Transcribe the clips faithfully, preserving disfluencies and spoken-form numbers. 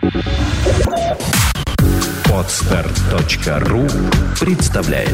Подстер точка ру представляет.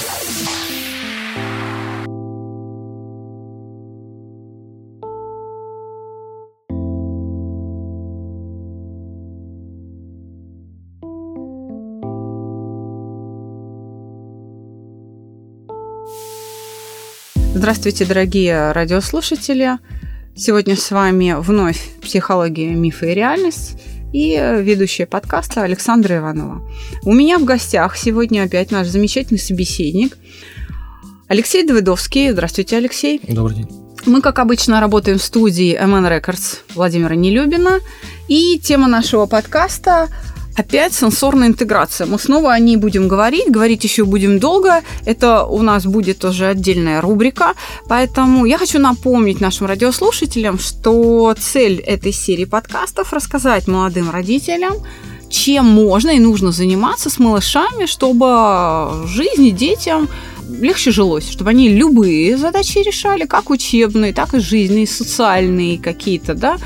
Здравствуйте, дорогие радиослушатели! Сегодня с вами вновь «Психология, мифы и реальность» и ведущая подкаста Александра Иванова. У меня в гостях сегодня опять наш замечательный собеседник Алексей Давыдовский. Здравствуйте, Алексей. Добрый день. Мы, как обычно, работаем в студии эм эн Records Владимира Нелюбина. И тема нашего подкаста – опять сенсорная интеграция. Мы снова о ней будем говорить, говорить еще будем долго. Это у нас будет тоже отдельная рубрика. Поэтому я хочу напомнить нашим радиослушателям, что цель этой серии подкастов – рассказать молодым родителям, чем можно и нужно заниматься с малышами, чтобы жизни детям легче жилось, чтобы они любые задачи решали, как учебные, так и жизненные, социальные какие-то, да,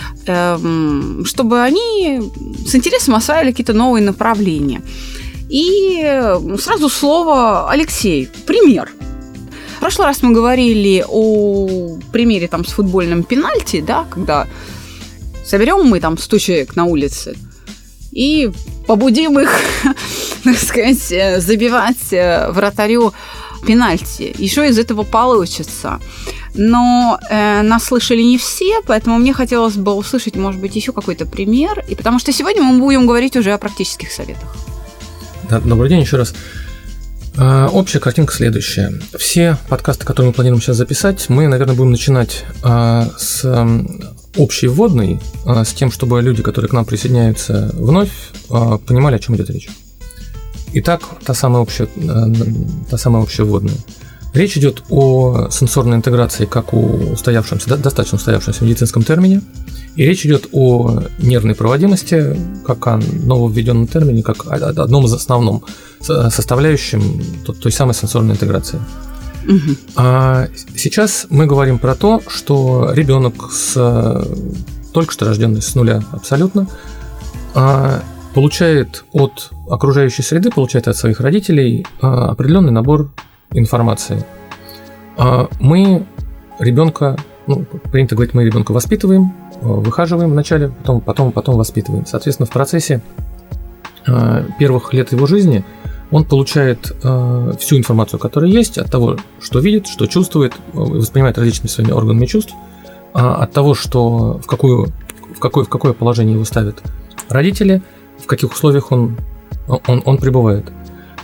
чтобы они с интересом осваивали какие-то новые направления. И сразу слово Алексей. Пример. В прошлый раз мы говорили о примере там, с футбольным пенальти, да, когда соберем мы там сто человек на улице и побудим их, так сказать, забивать вратарю пенальти. И что из этого получится? Но э, нас слышали не все, поэтому мне хотелось бы услышать, может быть, еще какой-то пример. И потому что сегодня мы будем говорить уже о практических советах. Да, добрый день еще раз. Э, общая картинка следующая. Все подкасты, которые мы планируем сейчас записать, мы, наверное, будем начинать э, с э, общей вводной, э, с тем, чтобы люди, которые к нам присоединяются вновь, э, понимали, о чем идет речь. Итак, та самая общая, э, та самая общая вводная. Речь идет о сенсорной интеграции как о устоявшемся, достаточно устоявшемся медицинском термине, и речь идет о нервной проводимости, как о нововведенном термине, как о одном из основных составляющим той самой сенсорной интеграции. Угу. А сейчас мы говорим про то, что ребенок с только что рожденный с нуля абсолютно получает от окружающей среды, получает от своих родителей определенный набор информации. Мы ребенка, ну, принято говорить, мы ребенка воспитываем, выхаживаем вначале, потом, потом, потом воспитываем. Соответственно, в процессе первых лет его жизни он получает всю информацию, которая есть, от того, что видит, что чувствует, воспринимает различными своими органами чувств, от того, что, в, какую, в, какое, в какое положение его ставят родители, в каких условиях он, он, он пребывает.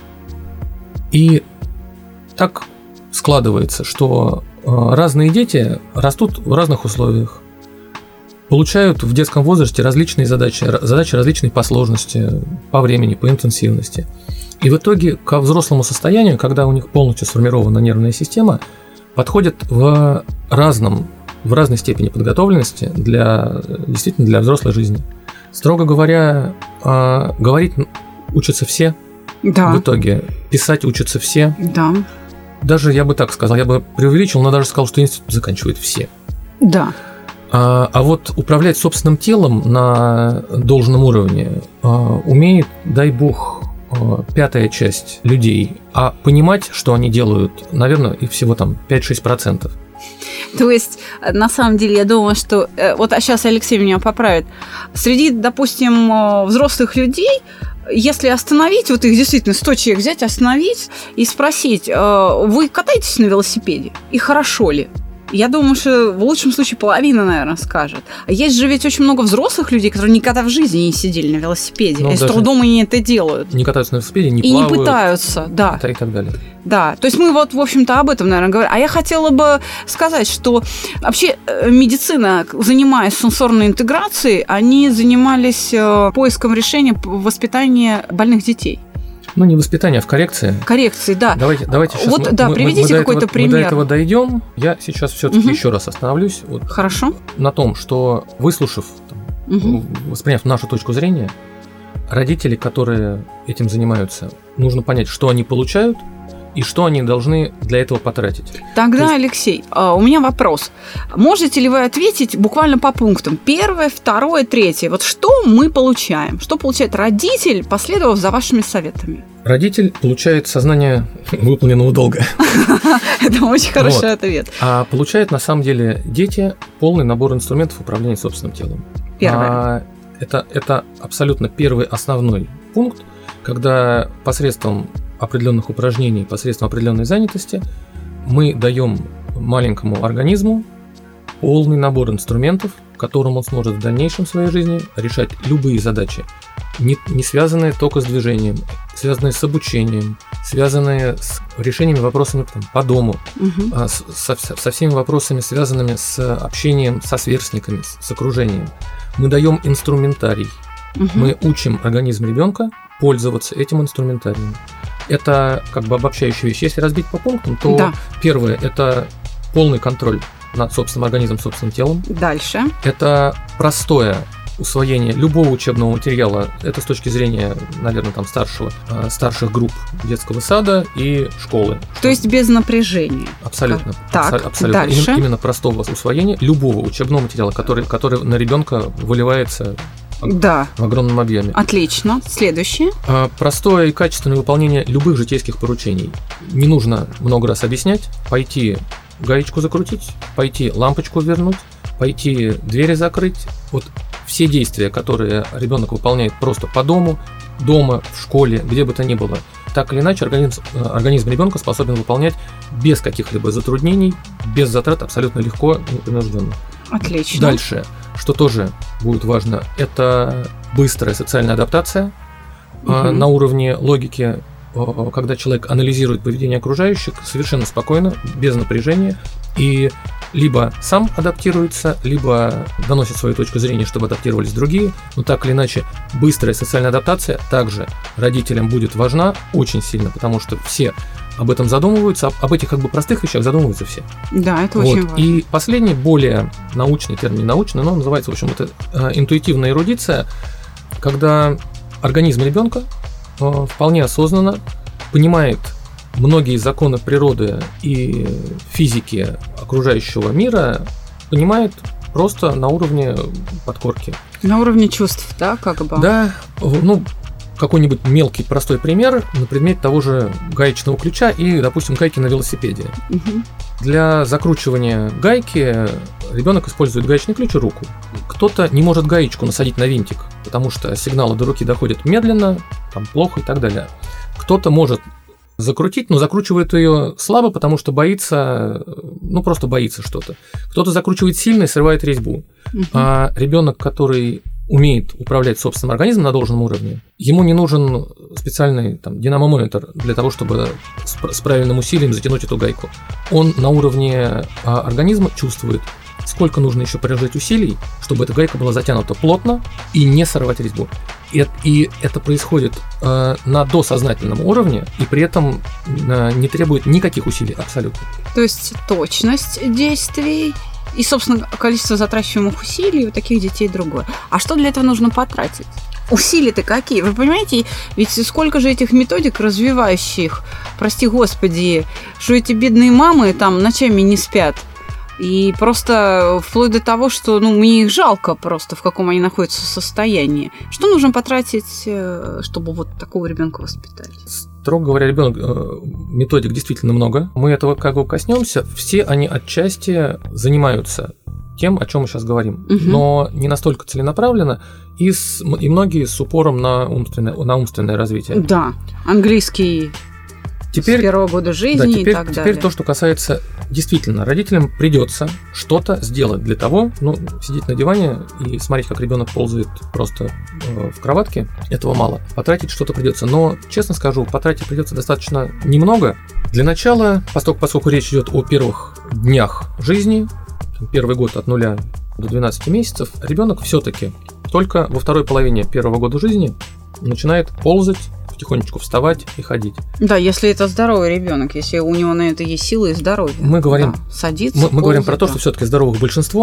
И так складывается, что разные дети растут в разных условиях, получают в детском возрасте различные задачи, задачи различные по сложности, по времени, по интенсивности. И в итоге ко взрослому состоянию, когда у них полностью сформирована нервная система, подходят в разном, в разной степени подготовленности для, действительно для взрослой жизни. Строго говоря, говорить учатся все. Да. В итоге писать учатся все. Да. Даже я бы так сказал, я бы преувеличил, но даже сказал, что институт заканчивают все. Да. А, а вот управлять собственным телом на должном уровне а, умеет, дай бог, а, пятая часть людей. А понимать, что они делают, наверное, их всего там пять-шесть процентов. То есть, на самом деле, я думаю, что... Вот а сейчас Алексей меня поправит. Среди, допустим, взрослых людей... Если остановить, вот их действительно сто человек взять, остановить и спросить, вы катаетесь на велосипеде и хорошо ли? Я думаю, что в лучшем случае половина, наверное, скажет. А есть же ведь очень много взрослых людей, которые никогда в жизни не сидели на велосипеде. Ну, и с трудом они это делают. Не катаются на велосипеде, не и плавают. И не пытаются, да. И так далее. Да, то есть мы вот, в общем-то, об этом, наверное, говорим. А я хотела бы сказать, что вообще медицина, занимаясь сенсорной интеграцией, они занимались поиском решения воспитания больных детей. Ну, не воспитание, а в коррекции. Коррекции, да. Давайте, давайте сейчас вот, мы, да, мы, приведите мы какой-то этого, пример. Мы до этого дойдем. Я сейчас все-таки угу. еще раз остановлюсь. Вот Хорошо. На том, что, выслушав, там, угу. восприняв нашу точку зрения, родители, которые этим занимаются, нужно понять, что они получают, и что они должны для этого потратить. Тогда, есть... Алексей, у меня вопрос. Можете ли вы ответить буквально по пунктам? Первое, второе, третье. Вот что мы получаем? Что получает родитель, последовав за вашими советами? Родитель получает сознание выполненного долга. Это очень хороший ответ. А получает, на самом деле, дети полный набор инструментов управления собственным телом. Первое. Это, это абсолютно первый основной пункт, когда посредством определенных упражнений, посредством определенной занятости мы даем маленькому организму полный набор инструментов, которым он сможет в дальнейшем в своей жизни решать любые задачи, не, не связанные только с движением, связанные с обучением, связанные с решениями вопросами там, по дому, угу. а, с, со, со всеми вопросами, связанными с общением со сверстниками, с, с окружением. Мы даем инструментарий. Угу. Мы учим организм ребенка пользоваться этим инструментарием. Это как бы обобщающая вещь. Если разбить по пунктам, то да. первое – это полный контроль над собственным организмом, собственным телом. Дальше. Это простое усвоение любого учебного материала. Это с точки зрения, наверное, там старшего, старших групп детского сада и школы. То есть без напряжения. Абсолютно. Так, абсо- абсолютно. дальше. Именно, именно простого усвоения любого учебного материала, который, который на ребенка выливается да. в огромном объеме. Отлично. Следующее. Простое и качественное выполнение любых житейских поручений. Не нужно много раз объяснять. Пойти гаечку закрутить, пойти лампочку вернуть, пойти двери закрыть. Вот все действия, которые ребенок выполняет просто по дому, дома, в школе, где бы то ни было, так или иначе организм, организм ребенка способен выполнять без каких-либо затруднений, без затрат, абсолютно легко и непринужденно. Отлично. Дальше, что тоже будет важно, это быстрая социальная адаптация угу. на уровне логики, когда человек анализирует поведение окружающих совершенно спокойно, без напряжения, и либо сам адаптируется, либо доносит свою точку зрения, чтобы адаптировались другие. Но так или иначе, быстрая социальная адаптация также родителям будет важна очень сильно, потому что все об этом задумываются, об этих как бы простых вещах задумываются все. Да, это вот. очень важно. И последний, более научный термин, научный, но он называется, в общем, это интуитивная эрудиция, когда организм ребенка вполне осознанно понимает многие законы природы и физики окружающего мира, понимает просто на уровне подкорки. На уровне чувств, да, как бы? Да, ну, какой-нибудь мелкий простой пример на предмет того же гаечного ключа и, допустим, гайки на велосипеде. Угу. Для закручивания гайки ребенок использует гаечный ключ и руку. Кто-то не может гаечку насадить на винтик, потому что сигналы до руки доходят медленно, там плохо и так далее. Кто-то может закрутить, но закручивает ее слабо, потому что боится, ну просто боится что-то. Кто-то закручивает сильно и срывает резьбу. Uh-huh. А ребенок, который умеет управлять собственным организмом на должном уровне, ему не нужен специальный там, динамометр для того, чтобы с, с правильным усилием затянуть эту гайку. Он на уровне а, организма чувствует, сколько нужно еще приложить усилий, чтобы эта гайка была затянута плотно и не сорвать резьбу. И, и это происходит э, на досознательном уровне, и при этом э, не требует никаких усилий абсолютно. То есть точность действий и, собственно, количество затрачиваемых усилий у таких детей другое. А что для этого нужно потратить? Усилия-то какие? Вы понимаете, ведь сколько же этих методик развивающих, прости господи, что эти бедные мамы там ночами не спят. И просто вплоть до того, что ну, мне их жалко просто, в каком они находятся состоянии. Что нужно потратить, чтобы вот такого ребенка воспитать? Строго говоря, ребенок, методик действительно много. Мы этого как бы коснемся. Все они отчасти занимаются тем, о чем мы сейчас говорим, угу. но не настолько целенаправленно, и, с, и многие с упором на умственное, на умственное развитие. Да, английский теперь, с первого года жизни да, теперь, и так далее. Теперь то, что касается, действительно, родителям придется что-то сделать для того, ну, сидеть на диване и смотреть, как ребенок ползает просто э, в кроватке, этого мало. Потратить что-то придется, но, честно скажу, потратить придется достаточно немного. Для начала, поскольку, поскольку речь идет о первых днях жизни, первый год от нуля до двенадцати месяцев, ребенок все-таки только во второй половине первого года жизни начинает ползать, потихонечку вставать и ходить. Да, если это здоровый ребенок, если у него на это есть силы и здоровье. Мы говорим, да, садиться, мы, мы ползать, говорим про то, да. что все-таки здоровых большинство,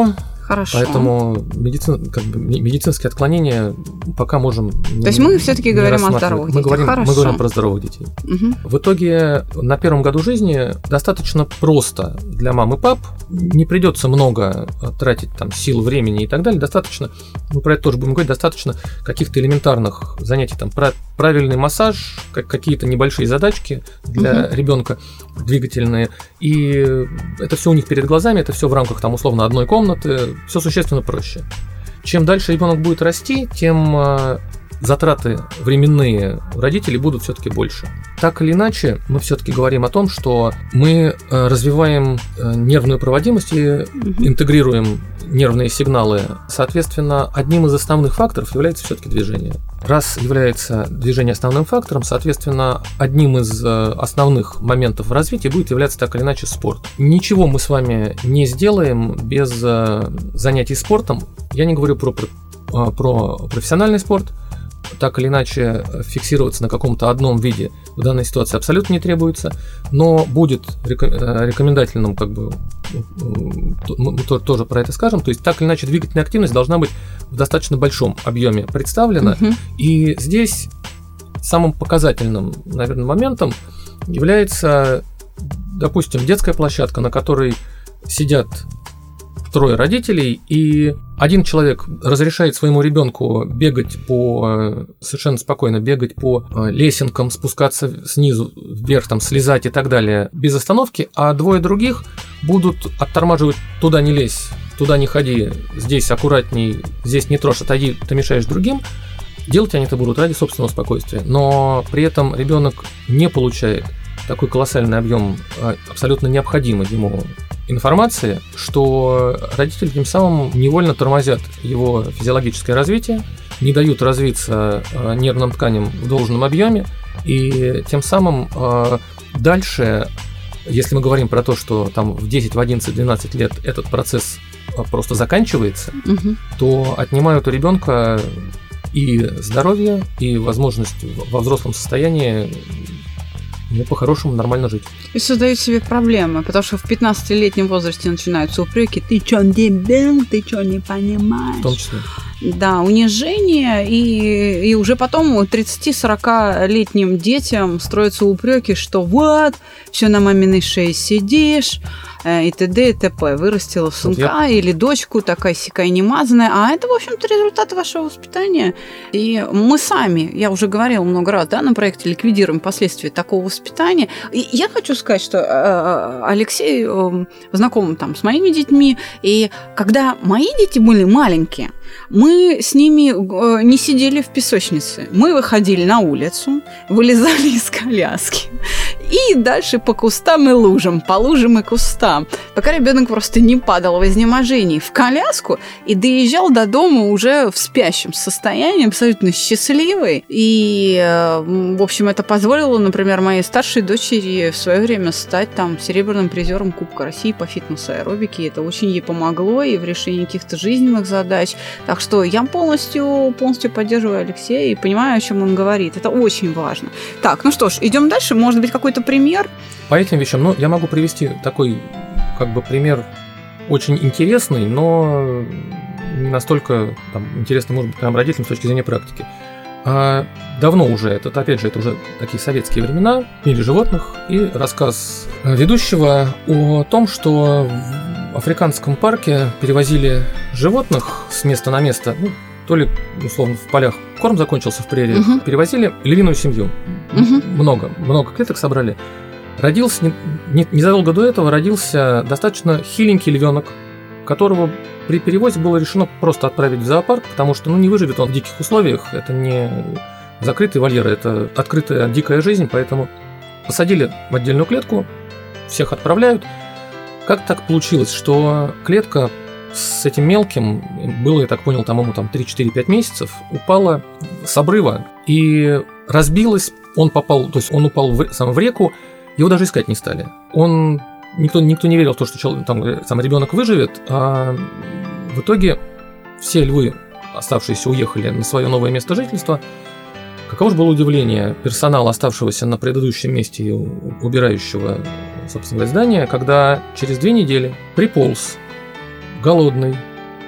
Хорошо. Поэтому медицин, как бы, медицинские отклонения пока можем не То есть мы все-таки говорим о здоровых мы детях. говорим, Хорошо. мы говорим про здоровых детей. Угу. В итоге на первом году жизни достаточно просто для мам и пап. Не придется много тратить там, сил, времени и так далее. Достаточно, мы про это тоже будем говорить, достаточно каких-то элементарных занятий. Там, про правильный массаж, как, какие-то небольшие задачки для угу. ребенка двигательные. И это все у них перед глазами, это все в рамках там, условно одной комнаты. Все существенно проще. Чем дальше ребенок будет расти, тем э, затраты временные у родителей будут все-таки больше. Так или иначе, мы все-таки говорим о том, что мы э, развиваем э, нервную проводимость и mm-hmm. интегрируем нервные сигналы. Соответственно, одним из основных факторов является все-таки движение. Раз является движение основным фактором, соответственно, одним из э, основных моментов в развитии будет являться так или иначе спорт. Ничего мы с вами не сделаем без э, занятий спортом. Я не говорю про, про, про профессиональный спорт. Так или иначе фиксироваться на каком-то одном виде в данной ситуации абсолютно не требуется, но будет рекомендательным, как бы, мы тоже про это скажем, то есть так или иначе двигательная активность должна быть в достаточно большом объеме представлена, угу. и здесь самым показательным, наверное, моментом является, допустим, детская площадка, на которой сидят трое родителей, и один человек разрешает своему ребенку бегать по, совершенно спокойно бегать по лесенкам, спускаться снизу вверх, там, слезать и так далее без остановки, а двое других будут оттормаживать: туда не лезь, туда не ходи, здесь аккуратней, здесь не трожь, отойди, ты мешаешь другим. Делать они это будут ради собственного спокойствия, но при этом ребенок не получает такой колоссальный объем абсолютно необходимой ему информации, что родители тем самым невольно тормозят его физиологическое развитие, не дают развиться нервным тканям в должном объеме, и тем самым дальше, если мы говорим про то, что там в десять, в одиннадцать, двенадцать лет этот процесс просто заканчивается, угу. то отнимают у ребенка и здоровье, и возможность во взрослом состоянии ну, по-хорошему нормально жить. И создают себе проблемы, потому что в пятнадцатилетнем возрасте начинаются упреки: ты чё, дебил, ты чё, не понимаешь? В том числе. Да, унижение, и, и уже потом тридцати-сорокалетним детям строятся упреки, что вот, все на маминой шее сидишь, и т.д. и т.п. Вырастила сынка вот я... или дочку, такая сякая немазанная. А это, в общем-то, результат вашего воспитания. И мы сами, я уже говорила много раз, да, на проекте ликвидируем последствия такого воспитания. И я хочу сказать, что э, Алексей э, знаком там с моими детьми, и когда мои дети были маленькие, мы с ними э, не сидели в песочнице. Мы выходили на улицу, вылезали из коляски и дальше по кустам и лужам, по лужам и кустам, пока ребенок просто не падал в изнеможении в коляску и доезжал до дома уже в спящем состоянии, абсолютно счастливый. И, в общем, это позволило, например, моей старшей дочери в свое время стать там серебряным призером Кубка России по фитнес-аэробике. И это очень ей помогло и в решении каких-то жизненных задач. Так что я полностью, полностью поддерживаю Алексея и понимаю, о чем он говорит. Это очень важно. Так, ну что ж, идем дальше. Может быть, какой-то пример? По этим вещам, ну, я могу привести такой, как бы, пример очень интересный, но не настолько там, интересный, может быть, прям родителям с точки зрения практики. А давно уже, это, опять же, это уже такие советские времена, в мире животных, и рассказ ведущего о том, что в африканском парке перевозили животных с места на место, ну, то ли, условно, в полях корм закончился в прерии, угу. перевозили львиную семью. Угу. Много, много клеток собрали. Родился, не, не, незадолго до этого родился достаточно хиленький львенок, которого при перевозе было решено просто отправить в зоопарк, потому что ну, не выживет он в диких условиях, это не закрытый вольер, это открытая дикая жизнь, поэтому посадили в отдельную клетку, всех отправляют. Как так получилось, что клетка с этим мелким, было, я так понял, там ему там три-четыре-пять месяцев, упала с обрыва и разбилась, он попал, то есть он упал в, сам в реку, его даже искать не стали. Он, никто, никто не верил в то, что человек, там, сам ребенок выживет, а в итоге все львы, оставшиеся, уехали на свое новое место жительства. Каково же было удивление персонала, оставшегося на предыдущем месте и убирающего, собственно, здание, когда через две недели приполз голодный,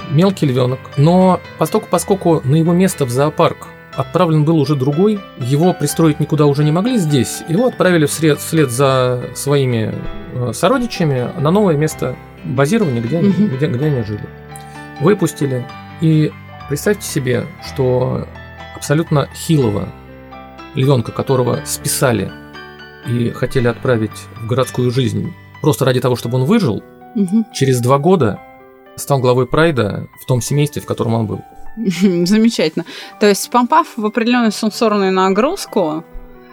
мелкий львенок, но поскольку, поскольку на его место в зоопарк отправлен был уже другой, его пристроить никуда уже не могли здесь, его отправили вслед, вслед за своими сородичами на новое место базирования, где, они, mm-hmm. где, где они жили. Выпустили, и представьте себе, что абсолютно хилого львенка, которого списали и хотели отправить в городскую жизнь просто ради того, чтобы он выжил, mm-hmm. через два года стал главой прайда в том семействе, в котором он был. Замечательно. То есть, попав в определенную сенсорную нагрузку,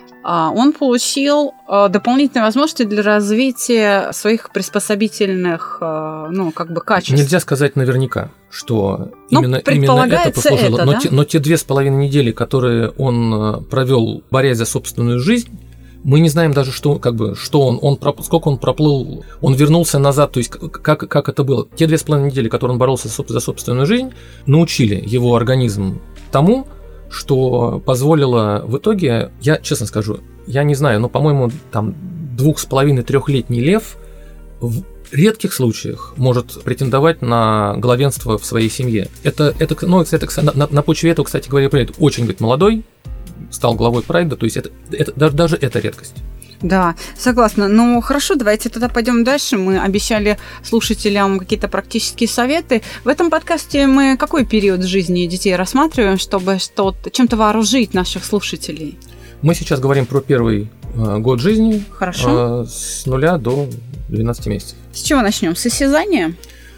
он получил дополнительные возможности для развития своих приспособительных, ну, как бы качеств. Нельзя сказать наверняка, что ну, именно, именно это послужило. Это, но, да? те, но те две с половиной недели, которые он провел, борясь за собственную жизнь, мы не знаем даже, что, как бы, что он, он, сколько он проплыл, он вернулся назад, то есть как, как это было. Те две с половиной недели, которые он боролся за собственную жизнь, научили его организм тому, что позволило в итоге, я честно скажу, я не знаю, но, по-моему, там двух с половиной трехлетний лев в редких случаях может претендовать на главенство в своей семье. Это, это, ну, это на, на почве этого, кстати говоря, очень, говорит, молодой, стал главой прайда, то есть это, это, даже, даже это редкость. Да, согласна. Ну, хорошо, давайте тогда пойдем дальше. Мы обещали слушателям какие-то практические советы. В этом подкасте мы какой период жизни детей рассматриваем, чтобы что-то, чем-то вооружить наших слушателей? Мы сейчас говорим про первый э, год жизни. Хорошо. Э, с нуля до двенадцати месяцев. С чего начнем? С осязания?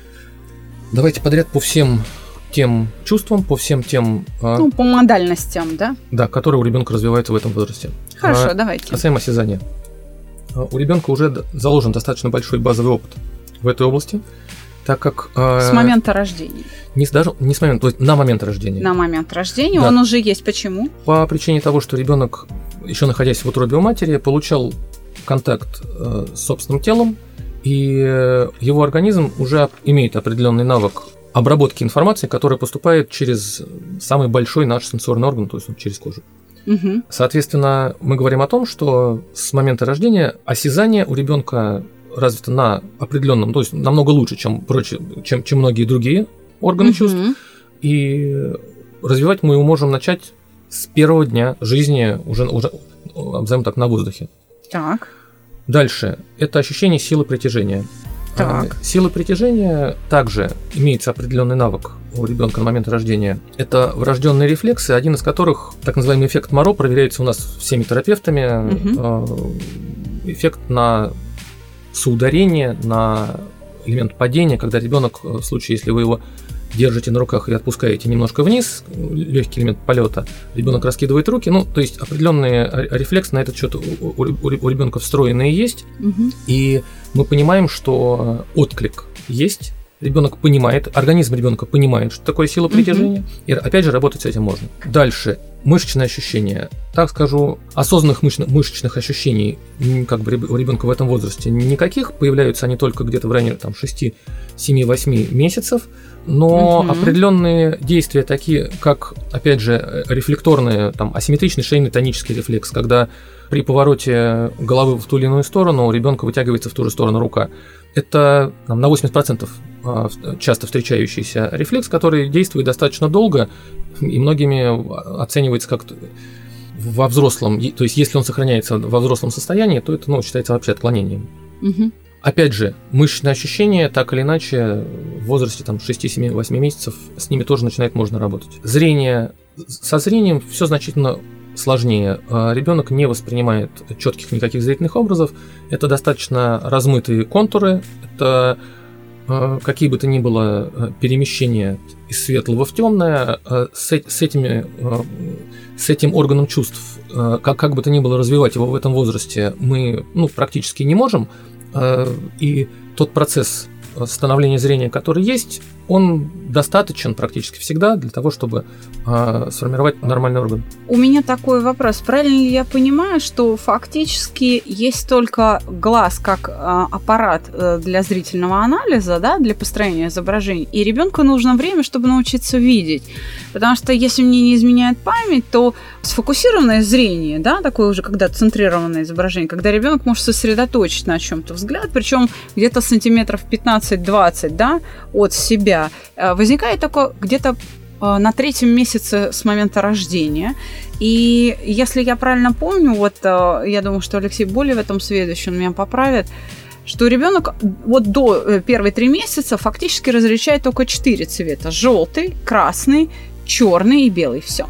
Давайте подряд по всем тем чувствам, по всем тем... Э, ну, по модальностям, да? Да, которые у ребенка развиваются в этом возрасте. Хорошо, а, давайте. Касаемо осязания. У ребенка уже заложен достаточно большой базовый опыт в этой области, так как... С э, момента рождения. Не, даже, не с момента, то есть на момент рождения. На момент рождения, да. Он уже есть. Почему? По причине того, что ребенок, еще находясь в утробе у матери, получал контакт э, с собственным телом, и э, его организм уже имеет определенный навык обработки информации, которая поступает через самый большой наш сенсорный орган, то есть через кожу. Угу. Соответственно, мы говорим о том, что с момента рождения осязание у ребенка развито на определенном, то есть намного лучше, чем, прочие, чем, чем многие другие органы угу. чувств. И развивать мы его можем начать с первого дня жизни, уже, уже назовем так, на воздухе. Так. Дальше. Это ощущение силы притяжения. Так. Сила притяжения также имеется определенный навык у ребенка на момент рождения. Это врожденные рефлексы, один из которых, так называемый эффект Моро, проверяется у нас всеми терапевтами. Угу. Эффект на соударение, на элемент падения, когда ребенок, в случае, если вы его держите на руках и отпускаете немножко вниз, легкий элемент полета, ребенок раскидывает руки, ну, то есть определенные рефлексы на этот счет у, у, у ребенка встроенные есть, угу. и мы понимаем, что отклик есть, ребенок понимает, организм ребенка понимает, что такое сила притяжения, угу. и опять же работать с этим можно. Дальше мышечные ощущения. Так скажу, осознанных мышечных ощущений как бы у ребенка в этом возрасте никаких, появляются они только где-то в районе там, шесть, семь, восемь месяцев, но угу. определенные действия, такие как, опять же, рефлекторные, там, асимметричный шейный тонический рефлекс, когда при повороте головы в ту или иную сторону у ребенка вытягивается в ту же сторону рука. Это там, на восемьдесят процентов часто встречающийся рефлекс, который действует достаточно долго и многими оценивается как во взрослом, то есть если он сохраняется во взрослом состоянии, то это ну, считается вообще отклонением. Угу. Опять же, мышечные ощущения, так или иначе, в возрасте там, шесть, семь, восемь месяцев с ними тоже начинает можно работать. Зрение. Со зрением все значительно сложнее. Ребенок не воспринимает четких никаких зрительных образов. Это достаточно размытые контуры. Это какие бы то ни было перемещения из светлого в темное. С, с, этими, с этим органом чувств, как, как бы то ни было развивать его в этом возрасте, мы ну, практически не можем. И тот процесс становления зрения, который есть, он достаточен практически всегда для того, чтобы э, сформировать нормальный орган. У меня такой вопрос. Правильно ли я понимаю, что фактически есть только глаз как э, аппарат э, для зрительного анализа, да, для построения изображений, и ребенку нужно время, чтобы научиться видеть? Потому что, если мне не изменяет память, то сфокусированное зрение, да, такое уже когда центрированное изображение, когда ребенок может сосредоточить на чем-то взгляд, причем где-то сантиметров пятнадцать-двадцать, да, от себя. себя возникает только где-то на третьем месяце с момента рождения. И если я правильно помню, вот я думаю, что Алексей более в этом сведущ, он меня поправит, что ребенок вот до первых три месяца фактически различает только четыре цвета: желтый, красный, черный и белый. Все.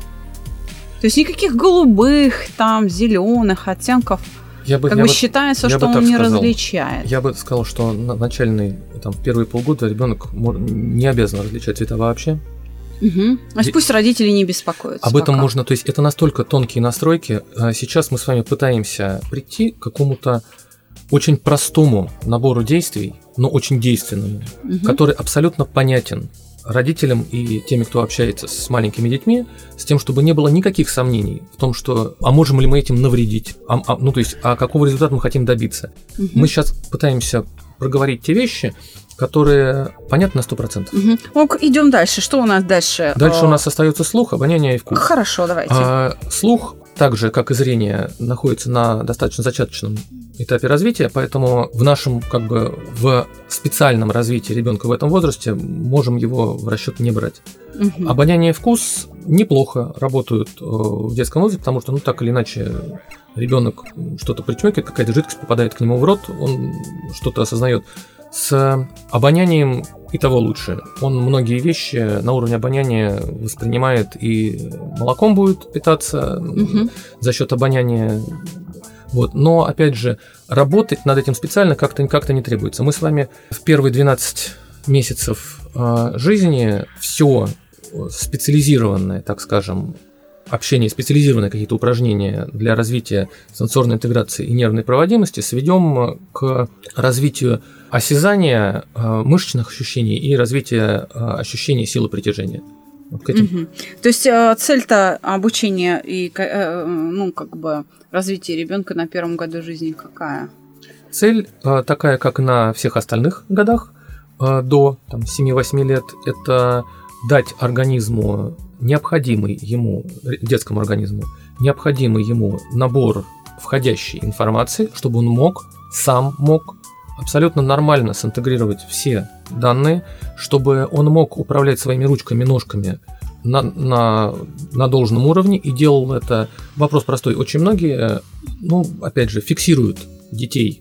То есть никаких голубых, там, зеленых оттенков. Я бы, как я бы бы, считается, я что бы он не сказал. различает. Я бы сказал, что на начальный, там, в первые полгода ребенок не обязан различать цвета вообще. Угу. То есть пусть родители не беспокоятся. Об этом пока. можно, то есть это настолько тонкие настройки. Сейчас мы с вами пытаемся прийти к какому-то очень простому набору действий, но очень действенному, угу. который абсолютно понятен родителям и теми, кто общается с маленькими детьми, с тем, чтобы не было никаких сомнений в том, что а можем ли мы этим навредить, а, а, ну то есть а какого результата мы хотим добиться. Угу. Мы сейчас пытаемся проговорить те вещи, которые понятны на сто процентов. Угу. Ок, идем дальше. Что у нас дальше? Дальше у нас остается слух, обоняние и вкус. Хорошо, давайте. А, слух, так же как и зрение, находится на достаточно зачаточном этапе развития, поэтому в нашем, как бы, в специальном развитии ребенка в этом возрасте можем его в расчет не брать. Угу. Обоняние и вкус неплохо работают в детском возрасте, потому что, ну, так или иначе, ребенок что-то причмекает, какая-то жидкость попадает к нему в рот, он что-то осознает. С обонянием и того лучше. Он многие вещи на уровне обоняния воспринимает и молоком будет питаться угу. за счет обоняния. Вот. Но, опять же, работать над этим специально как-то, как-то не требуется. Мы с вами в первые двенадцать месяцев э, жизни все специализированное, так скажем, общение, специализированные какие-то упражнения для развития сенсорной интеграции и нервной проводимости сведем к развитию осязания, мышечных ощущений и развития ощущений силы притяжения. Вот к этим. Угу. То есть цель-то обучения и, ну, как бы развития ребенка на первом году жизни какая? Цель такая, как и на всех остальных годах до там, семь-восемь лет, это дать организму необходимый ему, детскому организму, необходимый ему набор входящей информации, чтобы он мог, сам мог абсолютно нормально синтегрировать все данные, чтобы он мог управлять своими ручками, ножками на, на, на должном уровне и делал это. Вопрос простой. Очень многие, ну, опять же, фиксируют детей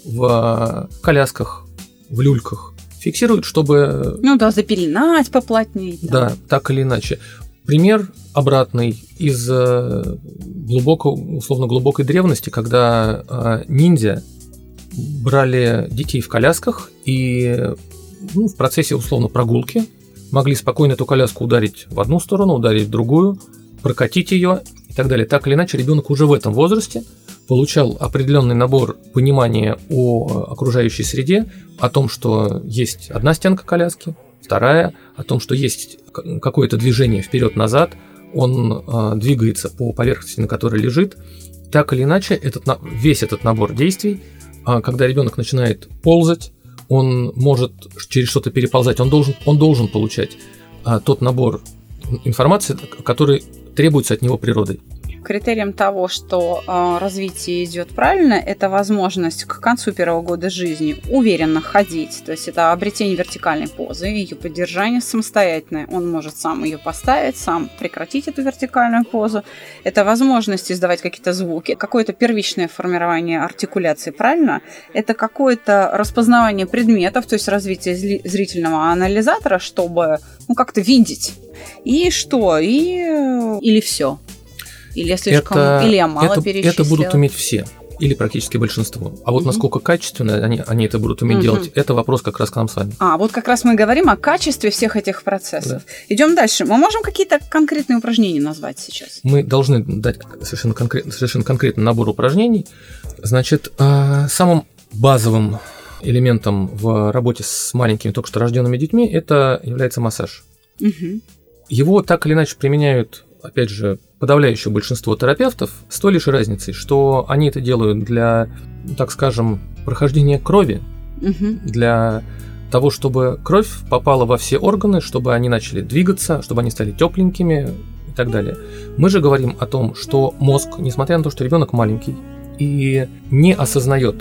в колясках, в люльках, фиксируют, чтобы... Ну да, запеленать поплотнее. Да, так или иначе. Пример обратный из глубоко, условно глубокой древности, когда ниндзя брали детей в колясках и, ну, в процессе условно прогулки могли спокойно эту коляску ударить в одну сторону, ударить в другую, прокатить ее и так далее. Так или иначе, ребенок уже в этом возрасте получал определенный набор понимания о окружающей среде, о том, что есть одна стенка коляски, вторая, о том, что есть какое-то движение вперед-назад, он э, двигается по поверхности, на которой лежит. Так или иначе, этот, весь этот набор действий, э, когда ребенок начинает ползать, он может через что-то переползать, он должен, он должен получать э, тот набор информации, который требуется от него природой. Критерием того, что э, развитие идет правильно, это возможность к концу первого года жизни уверенно ходить. То есть это обретение вертикальной позы, ее поддержание самостоятельное. Он может сам ее поставить, сам прекратить эту вертикальную позу. Это возможность издавать какие-то звуки, какое-то первичное формирование артикуляции, правильно? Это какое-то распознавание предметов, то есть развитие зрительного анализатора, чтобы, ну, как-то видеть. И что? И... Или все. Или я слишком, это, или я мало это, перечислила. Это будут уметь все, или практически большинство. А вот угу. насколько качественно они, они это будут уметь угу. делать, это вопрос как раз к нам с вами. А, вот как раз мы говорим о качестве всех этих процессов. Да. Идем дальше. Мы можем какие-то конкретные упражнения назвать сейчас? Мы должны дать совершенно, конкрет, совершенно конкретный набор упражнений. Значит, самым базовым элементом в работе с маленькими только что рожденными детьми это является массаж. Угу. Его так или иначе применяют, опять же, подавляющее большинство терапевтов с той лишь разницей, что они это делают для, так скажем, прохождения крови, угу. для того, чтобы кровь попала во все органы, чтобы они начали двигаться, чтобы они стали тепленькими и так далее. Мы же говорим о том, что мозг, несмотря на то, что ребенок маленький и не осознает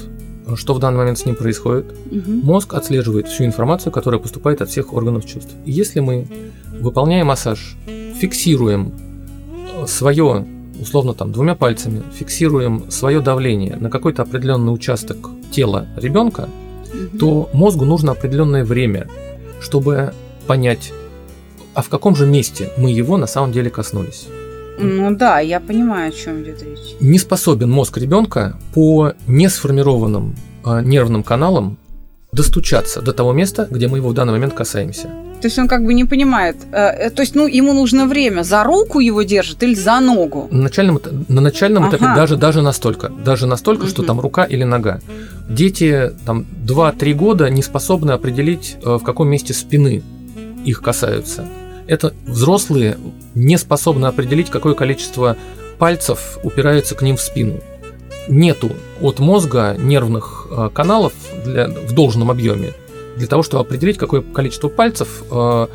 что в данный момент с ним происходит. Угу. Мозг отслеживает всю информацию, которая поступает от всех органов чувств. И если мы, выполняя массаж, фиксируем свое, условно там двумя пальцами, фиксируем свое давление на какой-то определенный участок тела ребенка, угу. то мозгу нужно определенное время, чтобы понять, а в каком же месте мы его на самом деле коснулись. Ну да, я понимаю, о чем идет речь. Не способен мозг ребенка по несформированным э, нервным каналам достучаться до того места, где мы его в данный момент касаемся. То есть он как бы не понимает, э, то есть ну, ему нужно время, за руку его держит или за ногу? На начальном, на начальном ага. этапе даже, даже настолько, даже настолько, угу. что там рука или нога. Дети там два-три года не способны определить, э, в каком месте спины их касаются. Это взрослые не способны определить, какое количество пальцев упирается к ним в спину. Нету от мозга нервных э, каналов для, в должном объеме для того, чтобы определить, какое количество пальцев э,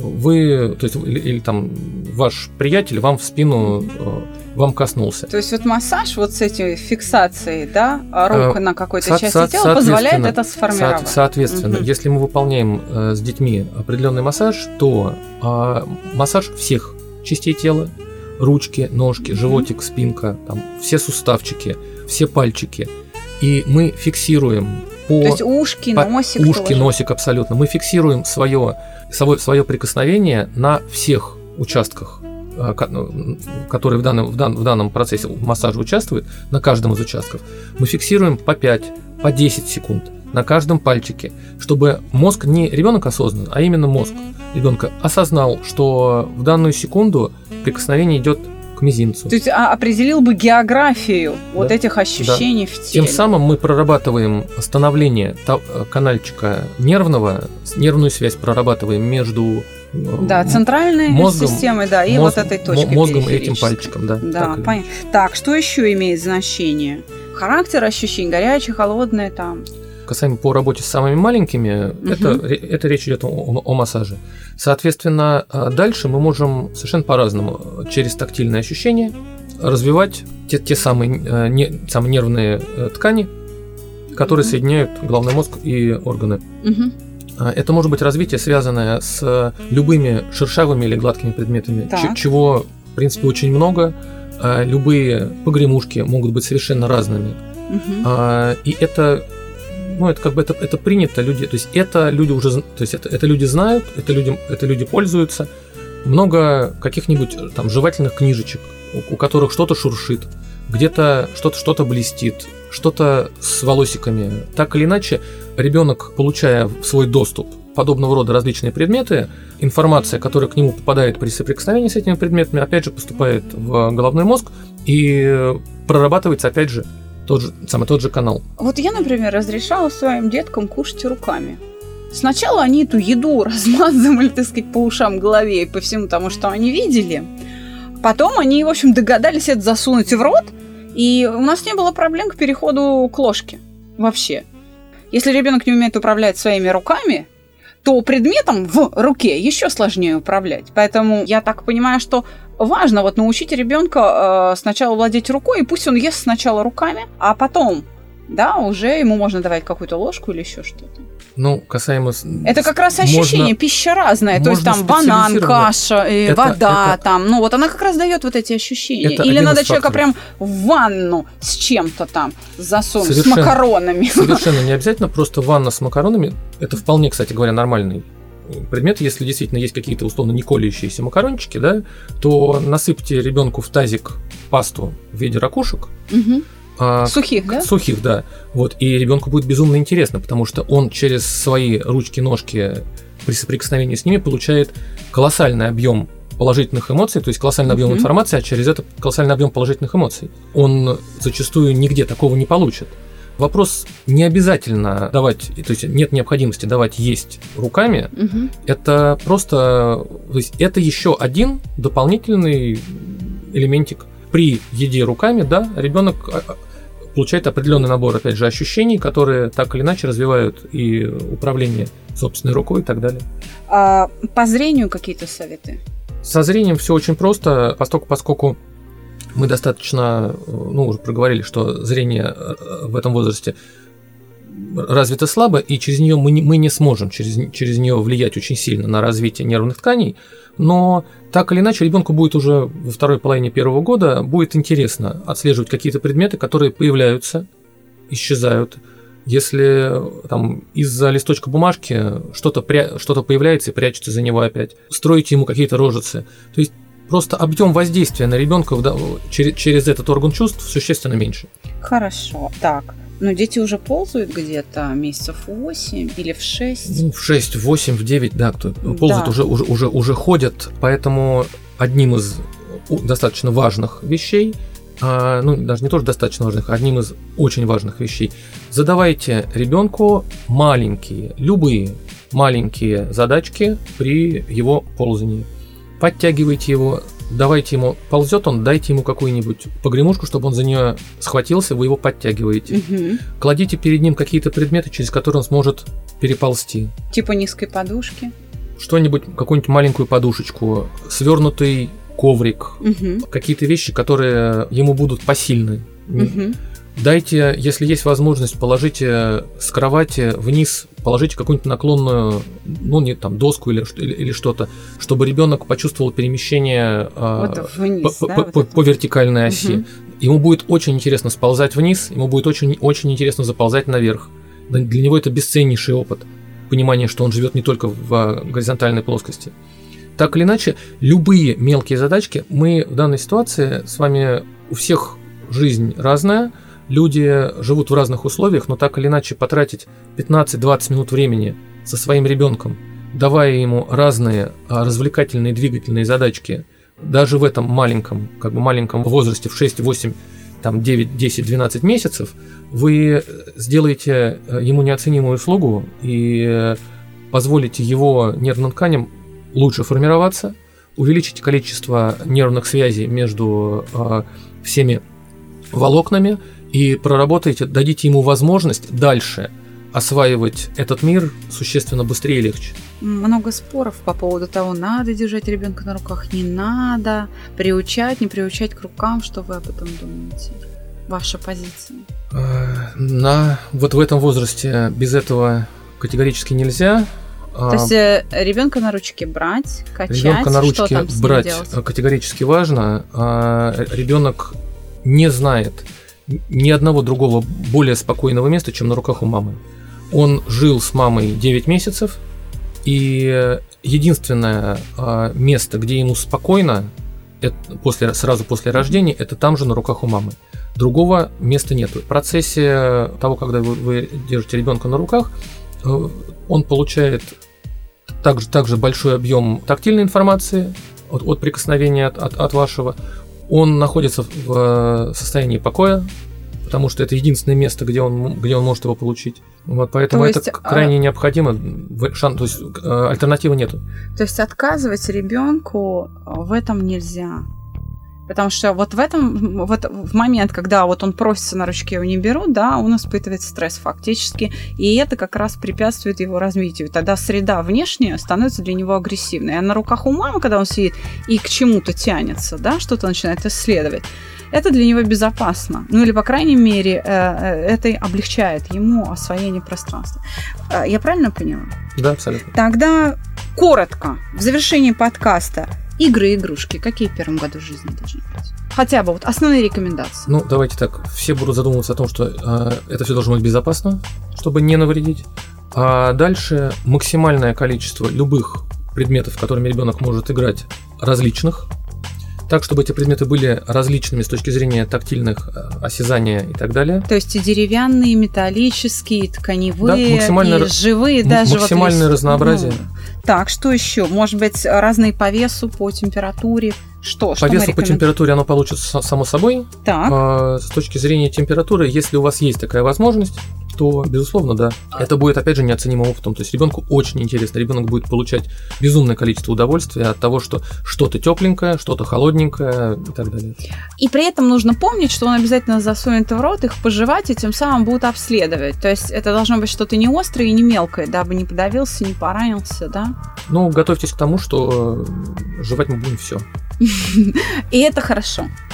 вы, то есть или, или там ваш приятель вам в спину э, вам коснулся. То есть вот массаж вот с этими фиксацией, да, рук э, на какой-то со- части со- тела позволяет это сформировать. Со- соответственно, угу. если мы выполняем э, с детьми определенный массаж, то э, массаж всех частей тела, ручки, ножки, животик, спинка, там, все суставчики, все пальчики, и мы фиксируем по... То есть ушки, по, носик Ушки, тоже. носик, абсолютно. Мы фиксируем свое, свое, свое прикосновение на всех участках, которые в данном, в, дан, в данном процессе массажа участвуют, на каждом из участков. Мы фиксируем по пять, по десять секунд на каждом пальчике, чтобы мозг, не ребенок осознан, а именно мозг ребенка осознал, что в данную секунду прикосновение идет к мизинцу. То есть определил бы географию да. вот этих ощущений да. в теле. Тем самым мы прорабатываем становление канальчика нервного, нервную связь прорабатываем между да, центральной мозгом, системой, да, и мозг, вот этой точкой мозгом и этим пальчиком, да. Да, так, понятно. Так, что еще имеет значение? Характер ощущений, горячие, холодные там. Касаемо по работе с самыми маленькими, угу. это, это речь идет о, о, о массаже. Соответственно, дальше мы можем совершенно по-разному через тактильные ощущения развивать те, те самые, не, самые нервные ткани, которые угу. соединяют головной мозг и органы. Угу. Это может быть развитие, связанное с любыми шершавыми или гладкими предметами, ч- чего, в принципе, очень много. Любые погремушки могут быть совершенно разными. Угу. И это... Ну, это как бы это, это принято, люди, то есть это люди уже, то есть это, это люди знают, это люди, это люди пользуются. Много каких-нибудь там жевательных книжечек, у, у которых что-то шуршит, где-то что-то, что-то блестит, что-то с волосиками. Так или иначе, ребенок, получая в свой доступ подобного рода различные предметы, информация, которая к нему попадает при соприкосновении с этими предметами, опять же поступает в головной мозг и прорабатывается опять же Тот же, самый тот же канал. Вот я, например, разрешала своим деткам кушать руками. Сначала они эту еду размазывали, так сказать, по ушам, голове и по всему тому, что они видели. Потом они, в общем, догадались это засунуть в рот, и у нас не было проблем к переходу к ложке вообще. Если ребенок не умеет управлять своими руками, то предметом в руке еще сложнее управлять. Поэтому я так понимаю, что важно вот научить ребенка э, сначала владеть рукой, и пусть он ест сначала руками, а потом, да, уже ему можно давать какую-то ложку или еще что-то. Ну, касаемо... Это как раз ощущение, можно, пища разная, то есть там банан, каша, э, это, вода, это, там, ну вот она как раз дает вот эти ощущения. Или надо человека прям в ванну с чем-то там засунуть, совершенно, с макаронами. Совершенно не обязательно, просто ванна с макаронами, это вполне, кстати говоря, нормальный предмет. Если действительно есть какие-то условно не колющиеся макарончики, да, то насыпьте ребенку в тазик пасту в виде ракушек. Угу. А, сухих, да? Сухих, да. Вот, и ребенку будет безумно интересно, потому что он через свои ручки-ножки при соприкосновении с ними получает колоссальный объем положительных эмоций, то есть колоссальный объем uh-huh. информации, а через это колоссальный объем положительных эмоций. Он зачастую нигде такого не получит. Вопрос не обязательно давать, то есть нет необходимости давать есть руками. Uh-huh. Это просто, то есть это еще один дополнительный элементик. При еде руками, да, ребенок получает определенный набор, опять же, ощущений, которые так или иначе развивают и управление собственной рукой и так далее. А по зрению какие-то советы? Со зрением все очень просто, поскольку, поскольку мы достаточно, ну, уже проговорили, что зрение в этом возрасте развита слабо, и через нее мы не, мы не сможем через, через нее влиять очень сильно на развитие нервных тканей, но так или иначе ребенку будет уже во второй половине первого года будет интересно отслеживать какие-то предметы, которые появляются, исчезают. Если там из-за листочка бумажки что-то, пря... что-то появляется и прячется за него опять, строите ему какие-то рожицы. То есть просто объем воздействия на ребенка через, через этот орган чувств существенно меньше. Хорошо. Так, но дети уже ползают где-то месяцев в восемь или в шесть? Ну, в шесть, в восемь, в девять, да, кто ползают, да. уже, уже, уже, уже ходят. Поэтому одним из достаточно важных вещей, а, ну, даже не тоже достаточно важных, одним из очень важных вещей, задавайте ребенку маленькие, любые маленькие задачки при его ползании. Подтягивайте его, давайте ему, ползет он, дайте ему какую-нибудь погремушку, чтобы он за нее схватился, вы его подтягиваете. Угу. Кладите перед ним какие-то предметы, через которые он сможет переползти. Типа низкой подушки? Что-нибудь, какую-нибудь маленькую подушечку, свернутый коврик, угу. какие-то вещи, которые ему будут посильны. Угу. Дайте, если есть возможность, положите с кровати вниз, положите какую-нибудь наклонную, ну не там доску или, или, или что-то, чтобы ребенок почувствовал перемещение вот вниз, по, да, по, вот по, по вертикальной оси. Угу. Ему будет очень интересно сползать вниз, ему будет очень, очень интересно заползать наверх. Для него это бесценнейший опыт, понимание, что он живет не только в горизонтальной плоскости. Так или иначе, любые мелкие задачки, мы в данной ситуации с вами, у всех жизнь разная, люди живут в разных условиях, но так или иначе потратить пятнадцать-двадцать минут времени со своим ребенком, давая ему разные развлекательные двигательные задачки, даже в этом маленьком, как бы маленьком возрасте, в шесть, восемь, там, девять, десять, двенадцать месяцев, вы сделаете ему неоценимую услугу и позволите его нервным тканям лучше формироваться, увеличите количество нервных связей между э, всеми волокнами и проработаете, дадите ему возможность дальше осваивать этот мир существенно быстрее и легче. Много споров по поводу того, надо держать ребенка на руках, не надо, приучать, не приучать к рукам. Что вы об этом думаете? Ваша позиция? На, вот в этом возрасте без этого категорически нельзя. То есть ребенка на ручки брать, качать, ребенка на ручки что там с ним брать делать? Категорически важно. Ребенок не знает ни одного другого более спокойного места, чем на руках у мамы. Он жил с мамой девять месяцев, и единственное место, где ему спокойно, это после, сразу после рождения, это там же на руках у мамы. Другого места нет. В процессе того, когда вы, вы держите ребенка на руках, он получает также, также большой объем тактильной информации от, от прикосновения от, от, от вашего. Он находится в состоянии покоя, потому что это единственное место, где он, где он может его получить. Вот, поэтому то это есть, крайне а... необходимо. Шан, то есть альтернативы нету. То есть отказывать ребенку в этом нельзя. Потому что вот в этом, вот в момент, когда вот он просится на ручки, его не берут, да, он испытывает стресс фактически, и это как раз препятствует его развитию. Тогда среда внешняя становится для него агрессивной. А на руках у мамы, когда он сидит и к чему-то тянется, да, что-то начинает исследовать, это для него безопасно. Ну или, по крайней мере, это облегчает ему освоение пространства. Я правильно поняла? Да, абсолютно. Тогда коротко, в завершении подкаста, игры и игрушки какие в первом году жизни должны быть? Хотя бы вот основные рекомендации. Ну, давайте так. Все будут задумываться о том, что э, это все должно быть безопасно, чтобы не навредить. А дальше максимальное количество любых предметов, которыми ребенок может играть, различных. Так, чтобы эти предметы были различными с точки зрения тактильных, осязания и так далее. То есть и деревянные, и металлические, и тканевые, да, максимально, и живые, даже максимальное вот разнообразие. Ну, так, что еще? Может быть, разные по весу, по температуре? Что? По что весу, по температуре оно получится само собой. Так. А, с точки зрения температуры, если у вас есть такая возможность, то, безусловно, да. Это будет, опять же, неоценимым опытом. То есть ребенку очень интересно. Ребенок будет получать безумное количество удовольствия от того, что что-то тепленькое, что-то холодненькое и так далее. И при этом нужно помнить, что он обязательно засунет в рот, их пожевать, и тем самым будут обследовать. То есть это должно быть что-то не острое и не мелкое, дабы не подавился, не поранился, да? Ну, готовьтесь к тому, что жевать мы будем все. И это хорошо.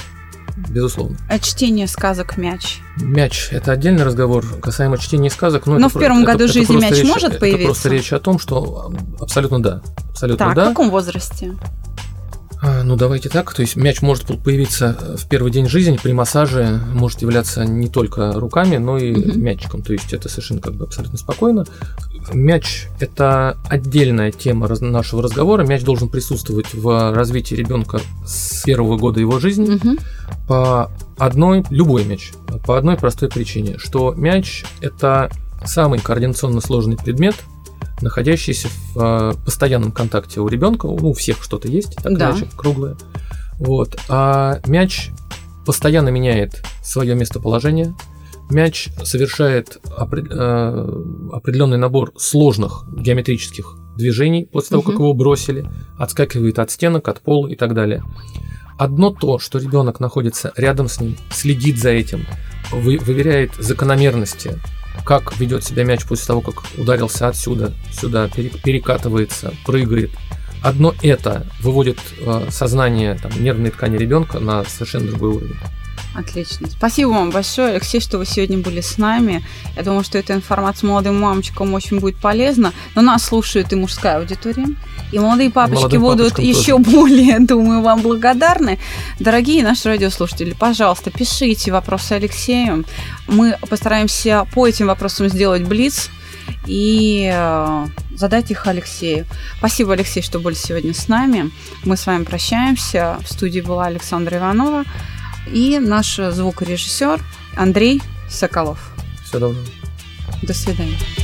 безусловно. А чтение сказок мяч? Мяч – это отдельный разговор касаемо чтения сказок. Но, но это в первом это, году это жизни мяч речь, может появиться? Это просто речь о том, что абсолютно да. Абсолютно так, да. в каком возрасте? А, ну, давайте так. То есть мяч может появиться в первый день жизни при массаже, может являться не только руками, но и угу. мячиком. То есть это совершенно как бы абсолютно спокойно. Мяч – это отдельная тема нашего разговора. Мяч должен присутствовать в развитии ребенка с первого года его жизни угу. по одной, любой мяч, по одной простой причине, что мяч – это самый координационно сложный предмет, находящийся в э, постоянном контакте у ребенка. Ну, у всех что-то есть, так да. иначе, круглое. Вот. А мяч постоянно меняет свое местоположение. Мяч совершает опре- э, определенный набор сложных геометрических движений после того, угу. как его бросили, отскакивает от стенок, от пола и так далее. Одно то, что ребенок находится рядом с ним, следит за этим, вы, выверяет закономерности, как ведет себя мяч после того, как ударился отсюда, сюда, перекатывается, прыгает. Одно это выводит э, сознание, там, нервные ткани ребенка на совершенно другой уровень. Отлично. Спасибо вам большое, Алексей, что вы сегодня были с нами. Я думаю, что эта информация молодым мамочкам очень будет полезна. Но нас слушает и мужская аудитория. И молодые папочки молодым будут еще тоже. более, думаю, вам благодарны. Дорогие наши радиослушатели, пожалуйста, пишите вопросы Алексею. Мы постараемся по этим вопросам сделать блиц и задать их Алексею. Спасибо, Алексей, что были сегодня с нами. Мы с вами прощаемся. В студии была Александра Иванова и наш звукорежиссер Андрей Соколов. Всего доброго. До свидания.